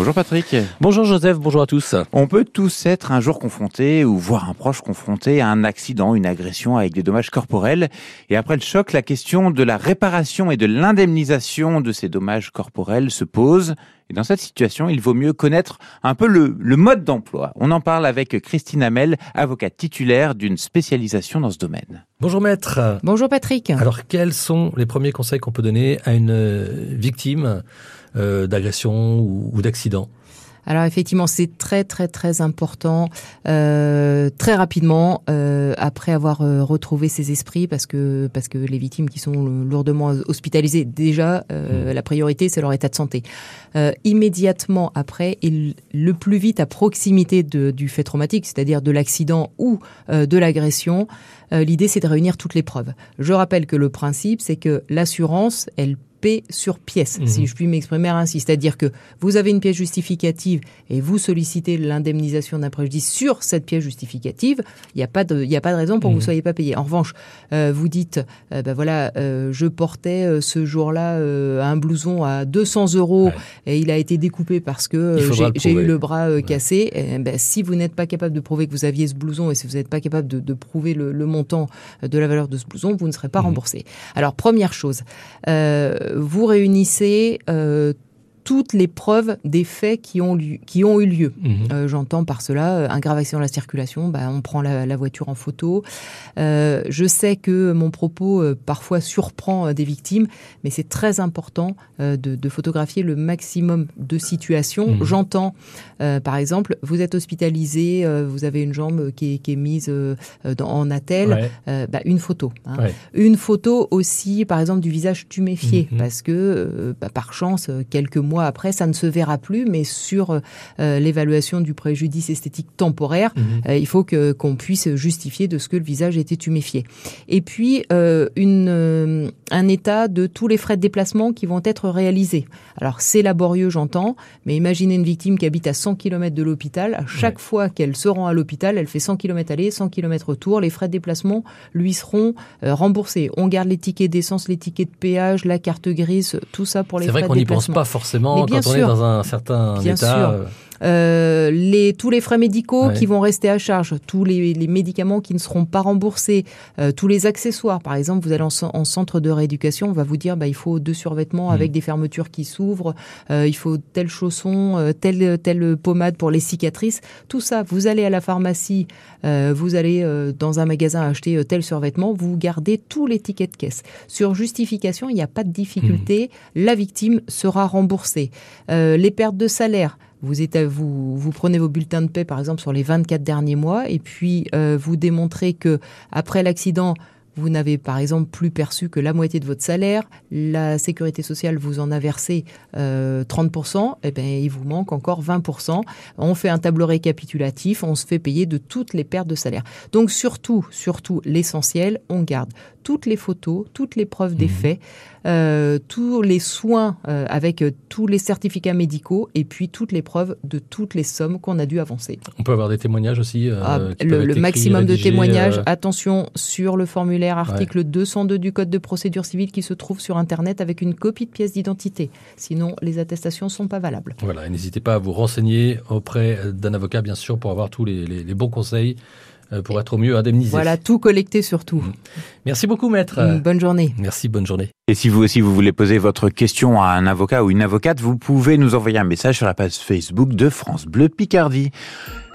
Bonjour Patrick. Bonjour Joseph, bonjour à tous. On peut tous être un jour confrontés ou voir un proche confronté à un accident, une agression avec des dommages corporels. Et après le choc, la question de la réparation et de l'indemnisation de ces dommages corporels se pose. Et dans cette situation, il vaut mieux connaître un peu le mode d'emploi. On en parle avec Christine Hamel, avocate titulaire d'une spécialisation dans ce domaine. Bonjour maître. Bonjour Patrick. Alors quels sont les premiers conseils qu'on peut donner à une victime d'agression ou d'accident ? Alors effectivement, c'est très important, très rapidement, après avoir retrouvé ses esprits, parce que les victimes qui sont lourdement hospitalisées, déjà, la priorité, c'est leur état de santé. Immédiatement après, et le plus vite à proximité du fait traumatique, c'est-à-dire de l'accident ou de l'agression, l'idée, c'est de réunir toutes les preuves. Je rappelle que le principe, c'est que l'assurance, elle paie sur pièce, si je puis m'exprimer ainsi. C'est-à-dire que vous avez une pièce justificative et vous sollicitez l'indemnisation d'un préjudice sur cette pièce justificative, il n'y a pas de raison pour que vous ne soyez pas payé. En revanche, vous dites, je portais ce jour-là un blouson à 200 € et il a été découpé parce que j'ai eu le bras cassé. Si vous n'êtes pas capable de prouver que vous aviez ce blouson et si vous n'êtes pas capable de prouver le montant de la valeur de ce blouson, vous ne serez pas remboursé. Alors, première chose, vous réunissez toutes les preuves des faits qui ont eu lieu. J'entends par cela aggravation de la circulation, on prend la voiture en photo. Je sais que mon propos parfois surprend des victimes, mais c'est très important de photographier le maximum de situations. J'entends, par exemple, vous êtes hospitalisé, vous avez une jambe qui est mise en attelle, une photo. Une photo aussi, par exemple, du visage tuméfié, parce que par chance, quelques mois après, ça ne se verra plus, mais sur l'évaluation du préjudice esthétique temporaire, il faut qu'on puisse justifier de ce que le visage était tuméfié. Et puis, un état de tous les frais de déplacement qui vont être réalisés. Alors, c'est laborieux, j'entends, mais imaginez une victime qui habite à 100 km de l'hôpital. À chaque fois qu'elle se rend à l'hôpital, elle fait 100 km aller, 100 km retour. Les frais de déplacement lui seront remboursés. On garde les tickets d'essence, les tickets de péage, la carte grise, tout ça pour les frais de déplacement. C'est vrai qu'on n'y pense pas forcément quand on est dans un certain état. Tous les frais médicaux qui vont rester à charge, tous les médicaments qui ne seront pas remboursés, tous les accessoires. Par exemple, vous allez en centre de rééducation, on va vous dire il faut 2 survêtements avec des fermetures qui s'ouvrent, il faut tel chausson, telle pommade pour les cicatrices. Tout ça, vous allez à la pharmacie, vous allez dans un magasin acheter tel survêtement, vous gardez tous les tickets de caisse. Sur justification, il n'y a pas de difficulté, la victime sera remboursée. Les pertes de salaire, vous prenez vos bulletins de paie, par exemple, sur les 24 derniers mois, et puis vous démontrez que après l'accident, vous n'avez par exemple plus perçu que la moitié de votre salaire, la sécurité sociale vous en a versé 30%, il vous manque encore 20%. On fait un tableau récapitulatif, on se fait payer de toutes les pertes de salaire. Donc surtout l'essentiel, on garde toutes les photos, toutes les preuves des faits, tous les soins avec tous les certificats médicaux et puis toutes les preuves de toutes les sommes qu'on a dû avancer. On peut avoir des témoignages aussi le maximum de témoignages. Attention, sur le formulaire article 202 du Code de procédure civile qui se trouve sur Internet avec une copie de pièce d'identité. Sinon, les attestations ne sont pas valables. Voilà, et n'hésitez pas à vous renseigner auprès d'un avocat, bien sûr, pour avoir tous les bons conseils pour être au mieux indemnisé. Voilà, tout collecté surtout. Merci beaucoup, maître. Bonne journée. Merci, bonne journée. Et si vous aussi vous voulez poser votre question à un avocat ou une avocate, vous pouvez nous envoyer un message sur la page Facebook de France Bleu Picardie.